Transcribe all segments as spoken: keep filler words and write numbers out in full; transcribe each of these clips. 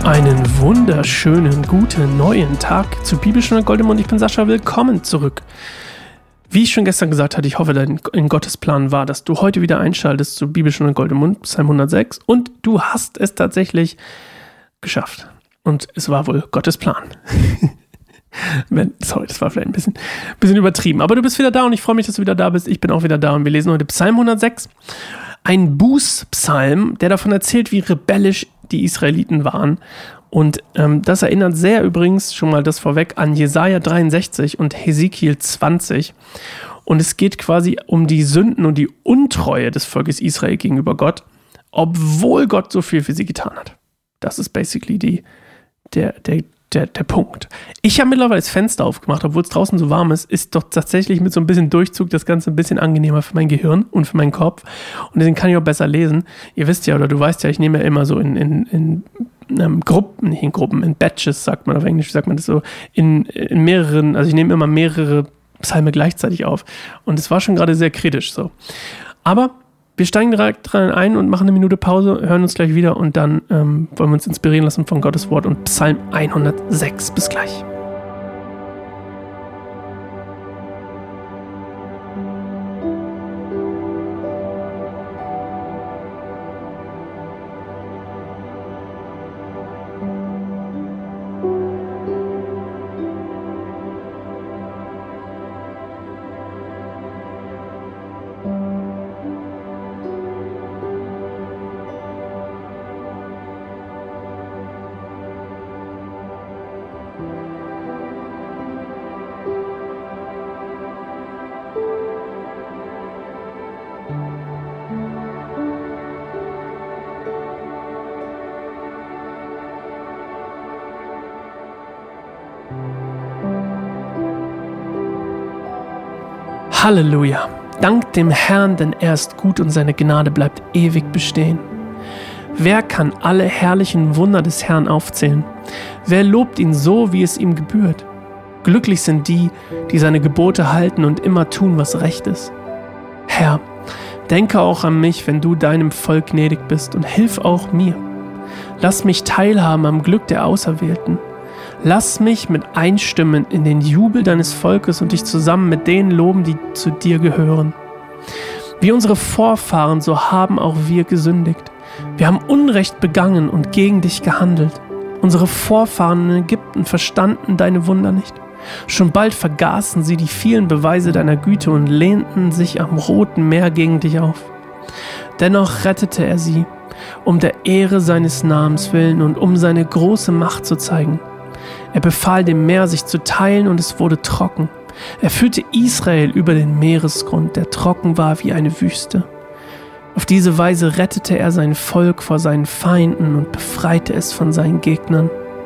Einen wunderschönen, guten, neuen Tag zu Bibelstunde Goldemund. Ich bin Sascha, willkommen zurück. Wie ich schon gestern gesagt hatte, ich hoffe, dein in Gottes Plan war, dass du heute wieder einschaltest zu Bibelstunde Goldemund, Psalm hundertsechs, und du hast es tatsächlich geschafft. Und es war wohl Gottes Plan. Sorry, das war vielleicht ein bisschen, bisschen übertrieben. Aber du bist wieder da und ich freue mich, dass du wieder da bist. Ich bin auch wieder da und wir lesen heute Psalm hundertsechs. Ein Bußpsalm, der davon erzählt, wie rebellisch die Israeliten waren. Und ähm, das erinnert sehr übrigens, schon mal das vorweg, an Jesaja dreiundsechzig und Hesekiel zwanzig. Und es geht quasi um die Sünden und die Untreue des Volkes Israel gegenüber Gott, obwohl Gott so viel für sie getan hat. Das ist basically die, der, der, der, der Punkt. Ich habe mittlerweile das Fenster aufgemacht, obwohl es draußen so warm ist, ist doch tatsächlich mit so ein bisschen Durchzug das Ganze ein bisschen angenehmer für mein Gehirn und für meinen Kopf. Und deswegen kann ich auch besser lesen. Ihr wisst ja, oder du weißt ja, ich nehme ja immer so in, in, in ähm, Gruppen, nicht in Gruppen, in Batches, sagt man auf Englisch, sagt man das so, in, in mehreren, also ich nehme immer mehrere Psalme gleichzeitig auf. Und es war schon gerade sehr kritisch so. Aber wir steigen direkt dran ein und machen eine Minute Pause, hören uns gleich wieder und dann ähm, wollen wir uns inspirieren lassen von Gottes Wort und Psalm hundertsechs. Bis gleich. Halleluja! Dank dem Herrn, denn er ist gut und seine Gnade bleibt ewig bestehen. Wer kann alle herrlichen Wunder des Herrn aufzählen? Wer lobt ihn so, wie es ihm gebührt? Glücklich sind die, die seine Gebote halten und immer tun, was recht ist. Herr, denke auch an mich, wenn du deinem Volk gnädig bist, und hilf auch mir. Lass mich teilhaben am Glück der Auserwählten. Lass mich mit einstimmen in den Jubel deines Volkes und dich zusammen mit denen loben, die zu dir gehören. Wie unsere Vorfahren, so haben auch wir gesündigt. Wir haben Unrecht begangen und gegen dich gehandelt. Unsere Vorfahren in Ägypten verstanden deine Wunder nicht. Schon bald vergaßen sie die vielen Beweise deiner Güte und lehnten sich am Roten Meer gegen dich auf. Dennoch rettete er sie, um der Ehre seines Namens willen und um seine große Macht zu zeigen. Er befahl dem Meer, sich zu teilen, und es wurde trocken. Er führte Israel über den Meeresgrund, der trocken war wie eine Wüste. Auf diese Weise rettete er sein Volk vor seinen Feinden und befreite es von seinen Gegnern.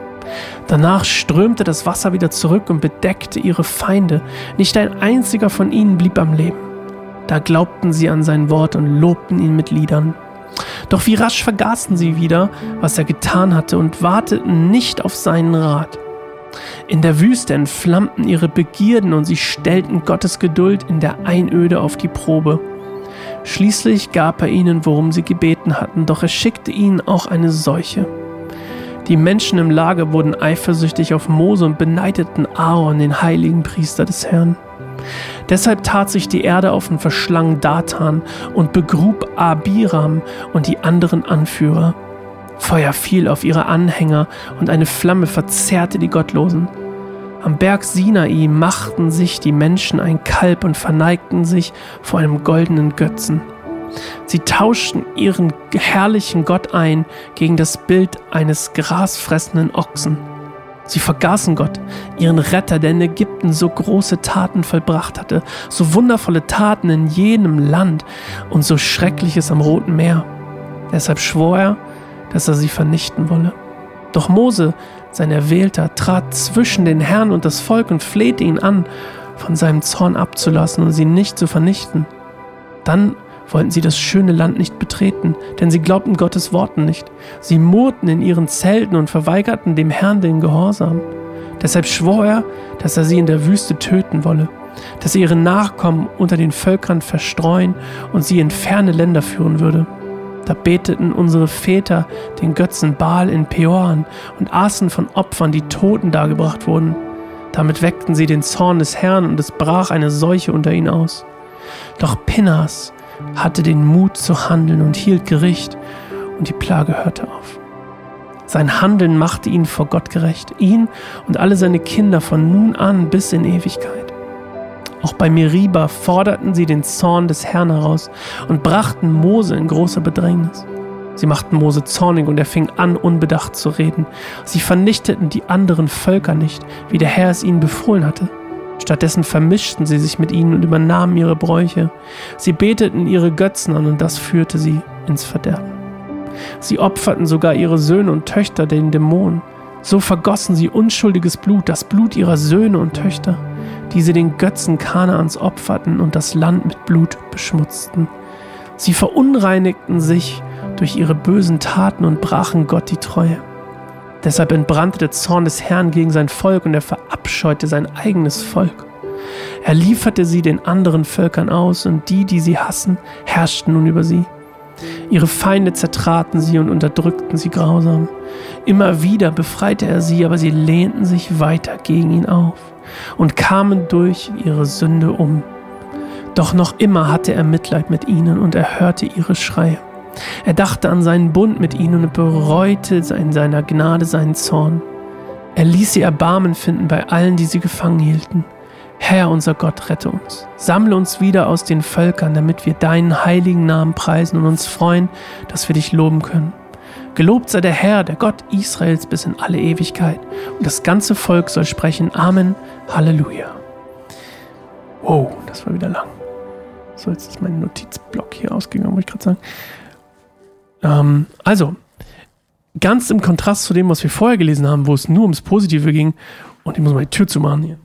Danach strömte das Wasser wieder zurück und bedeckte ihre Feinde. Nicht ein einziger von ihnen blieb am Leben. Da glaubten sie an sein Wort und lobten ihn mit Liedern. Doch wie rasch vergaßen sie wieder, was er getan hatte, und warteten nicht auf seinen Rat. In der Wüste entflammten ihre Begierden und sie stellten Gottes Geduld in der Einöde auf die Probe. Schließlich gab er ihnen, worum sie gebeten hatten, doch er schickte ihnen auch eine Seuche. Die Menschen im Lager wurden eifersüchtig auf Mose und beneideten Aaron, den heiligen Priester des Herrn. Deshalb tat sich die Erde auf und verschlang Datan und begrub Abiram und die anderen Anführer. Feuer fiel auf ihre Anhänger und eine Flamme verzehrte die Gottlosen. Am Berg Sinai machten sich die Menschen ein Kalb und verneigten sich vor einem goldenen Götzen. Sie tauschten ihren herrlichen Gott ein gegen das Bild eines grasfressenden Ochsen. Sie vergaßen Gott, ihren Retter, der in Ägypten so große Taten vollbracht hatte, so wundervolle Taten in jenem Land und so Schreckliches am Roten Meer. Deshalb schwor er, dass er sie vernichten wolle. Doch Mose, sein Erwählter, trat zwischen den Herrn und das Volk und flehte ihn an, von seinem Zorn abzulassen und sie nicht zu vernichten. Dann wollten sie das schöne Land nicht betreten, denn sie glaubten Gottes Worten nicht. Sie murrten in ihren Zelten und verweigerten dem Herrn den Gehorsam. Deshalb schwor er, dass er sie in der Wüste töten wolle, dass er ihre Nachkommen unter den Völkern verstreuen und sie in ferne Länder führen würde. Da beteten unsere Väter den Götzen Baal in Peor an und aßen von Opfern, die Toten dargebracht wurden. Damit weckten sie den Zorn des Herrn und es brach eine Seuche unter ihnen aus. Doch Pinhas hatte den Mut zu handeln und hielt Gericht und die Plage hörte auf. Sein Handeln machte ihn vor Gott gerecht, ihn und alle seine Kinder von nun an bis in Ewigkeit. Auch bei Meriba forderten sie den Zorn des Herrn heraus und brachten Mose in großer Bedrängnis. Sie machten Mose zornig und er fing an, unbedacht zu reden. Sie vernichteten die anderen Völker nicht, wie der Herr es ihnen befohlen hatte. Stattdessen vermischten sie sich mit ihnen und übernahmen ihre Bräuche. Sie beteten ihre Götzen an und das führte sie ins Verderben. Sie opferten sogar ihre Söhne und Töchter den Dämonen. So vergossen sie unschuldiges Blut, das Blut ihrer Söhne und Töchter, die sie den Götzen Kanaans opferten und das Land mit Blut beschmutzten. Sie verunreinigten sich durch ihre bösen Taten und brachen Gott die Treue. Deshalb entbrannte der Zorn des Herrn gegen sein Volk und er verabscheute sein eigenes Volk. Er lieferte sie den anderen Völkern aus und die, die sie hassen, herrschten nun über sie. Ihre Feinde zertraten sie und unterdrückten sie grausam. Immer wieder befreite er sie, aber sie lehnten sich weiter gegen ihn auf und kamen durch ihre Sünde um. Doch noch immer hatte er Mitleid mit ihnen und er hörte ihre Schreie. Er dachte an seinen Bund mit ihnen und bereute in seiner Gnade seinen Zorn. Er ließ sie Erbarmen finden bei allen, die sie gefangen hielten. Herr, unser Gott, rette uns. Sammle uns wieder aus den Völkern, damit wir deinen heiligen Namen preisen und uns freuen, dass wir dich loben können. Gelobt sei der Herr, der Gott Israels, bis in alle Ewigkeit. Und das ganze Volk soll sprechen, Amen, Halleluja. Wow, das war wieder lang. So, jetzt ist mein Notizblock hier ausgegangen, wollte ich gerade sagen. Ähm, also, ganz im Kontrast zu dem, was wir vorher gelesen haben, wo es nur ums Positive ging. Und ich muss mal die Tür zumachen hier.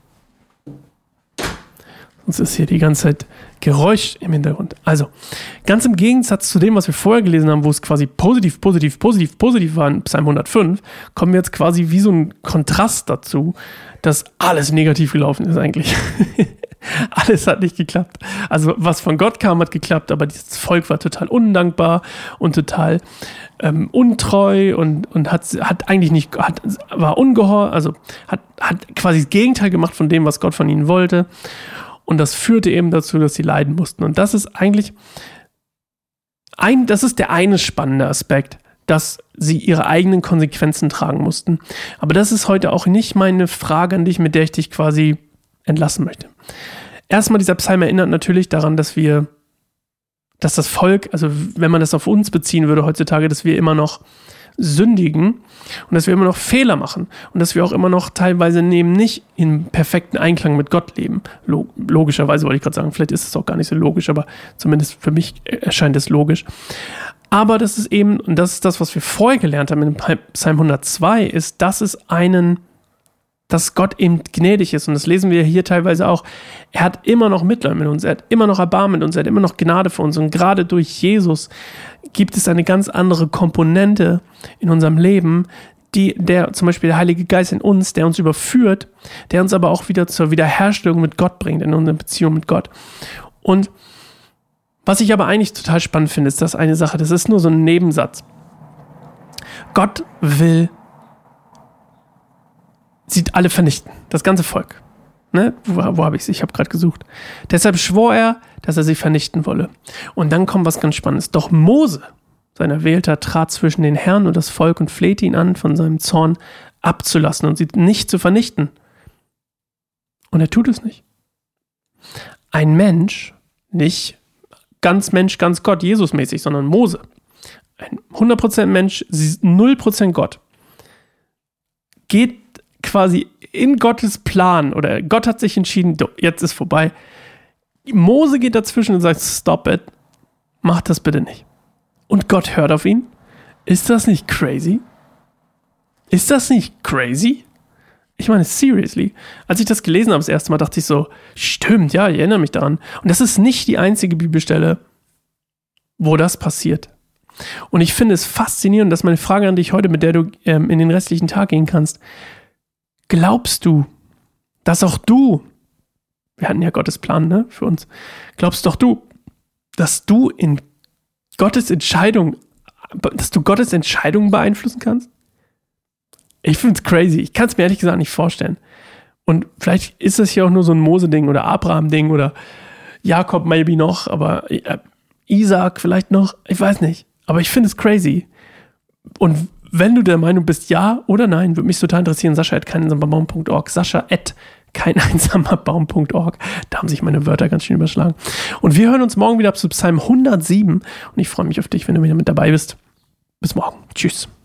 Sonst ist hier die ganze Zeit Geräusch im Hintergrund. Also, ganz im Gegensatz zu dem, was wir vorher gelesen haben, wo es quasi positiv, positiv, positiv, positiv war in Psalm hundertfünf, kommen wir jetzt quasi wie so ein Kontrast dazu, dass alles negativ gelaufen ist eigentlich. Alles hat nicht geklappt. Also, was von Gott kam, hat geklappt, aber dieses Volk war total undankbar und total ähm, untreu und, und hat, hat eigentlich nicht, hat, war ungehor, also hat, hat quasi das Gegenteil gemacht von dem, was Gott von ihnen wollte. Und das führte eben dazu, dass sie leiden mussten. Und das ist eigentlich ein, das ist der eine spannende Aspekt, dass sie ihre eigenen Konsequenzen tragen mussten. Aber das ist heute auch nicht meine Frage an dich, mit der ich dich quasi entlassen möchte. Erstmal, dieser Psalm erinnert natürlich daran, dass wir, dass das Volk, also wenn man das auf uns beziehen würde heutzutage, dass wir immer noch sündigen und dass wir immer noch Fehler machen und dass wir auch immer noch teilweise eben nicht in perfekten Einklang mit Gott leben. Log- logischerweise wollte ich gerade sagen, vielleicht ist es auch gar nicht so logisch, aber zumindest für mich erscheint es logisch. Aber das ist eben, und das ist das, was wir vorher gelernt haben in Psalm hundertzwei, ist, dass es einen, dass Gott eben gnädig ist. Und das lesen wir hier teilweise auch. Er hat immer noch Mitleid mit uns, er hat immer noch Erbarmen mit uns, er hat immer noch Gnade für uns. Und gerade durch Jesus gibt es eine ganz andere Komponente in unserem Leben, die, der zum Beispiel der Heilige Geist in uns, der uns überführt, der uns aber auch wieder zur Wiederherstellung mit Gott bringt, in unserer Beziehung mit Gott. Und was ich aber eigentlich total spannend finde, ist das eine Sache, das ist nur so ein Nebensatz. Gott will sie alle vernichten, das ganze Volk. Ne? Wo, wo habe ich es? Ich habe gerade gesucht. Deshalb schwor er, dass er sie vernichten wolle. Und dann kommt was ganz Spannendes. Doch Mose, sein Erwählter, trat zwischen den Herrn und das Volk und flehte ihn an, von seinem Zorn abzulassen und sie nicht zu vernichten. Und er tut es nicht. Ein Mensch, nicht ganz Mensch, ganz Gott, Jesus-mäßig, sondern Mose, ein hundert Prozent Mensch, null Prozent Gott, geht quasi in Gottes Plan, oder Gott hat sich entschieden, jetzt ist vorbei. Mose geht dazwischen und sagt, stop it, mach das bitte nicht. Und Gott hört auf ihn. Ist das nicht crazy? Ist das nicht crazy? Ich meine, seriously. Als ich das gelesen habe das erste Mal, dachte ich so, stimmt, ja, ich erinnere mich daran. Und das ist nicht die einzige Bibelstelle, wo das passiert. Und ich finde es faszinierend, dass meine Frage an dich heute, mit der du ähm, in den restlichen Tag gehen kannst, glaubst du, dass auch du, wir hatten ja Gottes Plan, ne, für uns, glaubst doch du, dass du in Gottes Entscheidung dass du Gottes Entscheidungen beeinflussen kannst? Ich finde es crazy. Ich kann es mir ehrlich gesagt nicht vorstellen. Und vielleicht ist das hier auch nur so ein Mose-Ding oder Abraham-Ding oder Jakob maybe noch, aber äh, Isaac vielleicht noch. Ich weiß nicht. Aber ich finde es crazy. Und wenn du der Meinung bist, ja oder nein, würde mich total interessieren. Sascha at keineinsamerbaum punkt org. Sascha at keineinsamerbaum punkt org. Da haben sich meine Wörter ganz schön überschlagen. Und wir hören uns morgen wieder zu Psalm hundertsieben. Und ich freue mich auf dich, wenn du wieder mit dabei bist. Bis morgen. Tschüss.